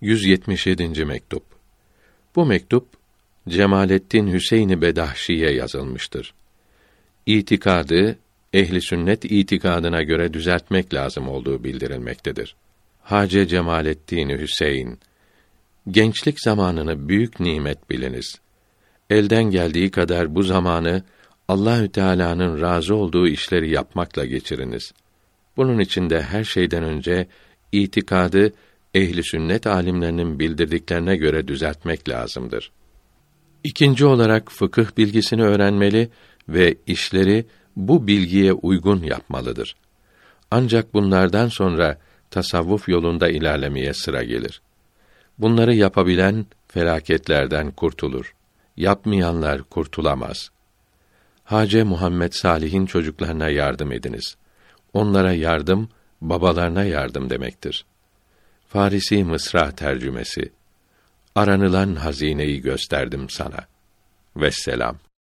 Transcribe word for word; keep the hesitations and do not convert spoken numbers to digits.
yüz yetmiş yedinci mektup. Bu mektup Cemalettin Hüseyin-i Bedahşi'ye yazılmıştır. İtikadı ehli sünnet itikadına göre düzeltmek lazım olduğu bildirilmektedir. Hace Cemalettin Hüseyin, gençlik zamanını büyük nimet biliniz. Elden geldiği kadar bu zamanı Allahü Teala'nın razı olduğu işleri yapmakla geçiriniz. Bunun için de her şeyden önce itikadı ehli sünnet alimlerinin bildirdiklerine göre düzeltmek lazımdır. İkinci olarak fıkıh bilgisini öğrenmeli ve işleri bu bilgiye uygun yapmalıdır. Ancak bunlardan sonra tasavvuf yolunda ilerlemeye sıra gelir. Bunları yapabilen felaketlerden kurtulur. Yapmayanlar kurtulamaz. Hace Muhammed Salih'in çocuklarına yardım ediniz. Onlara yardım, babalarına yardım demektir. Farisi Mısra tercümesi. Aranılan hazineyi gösterdim sana. Vesselam.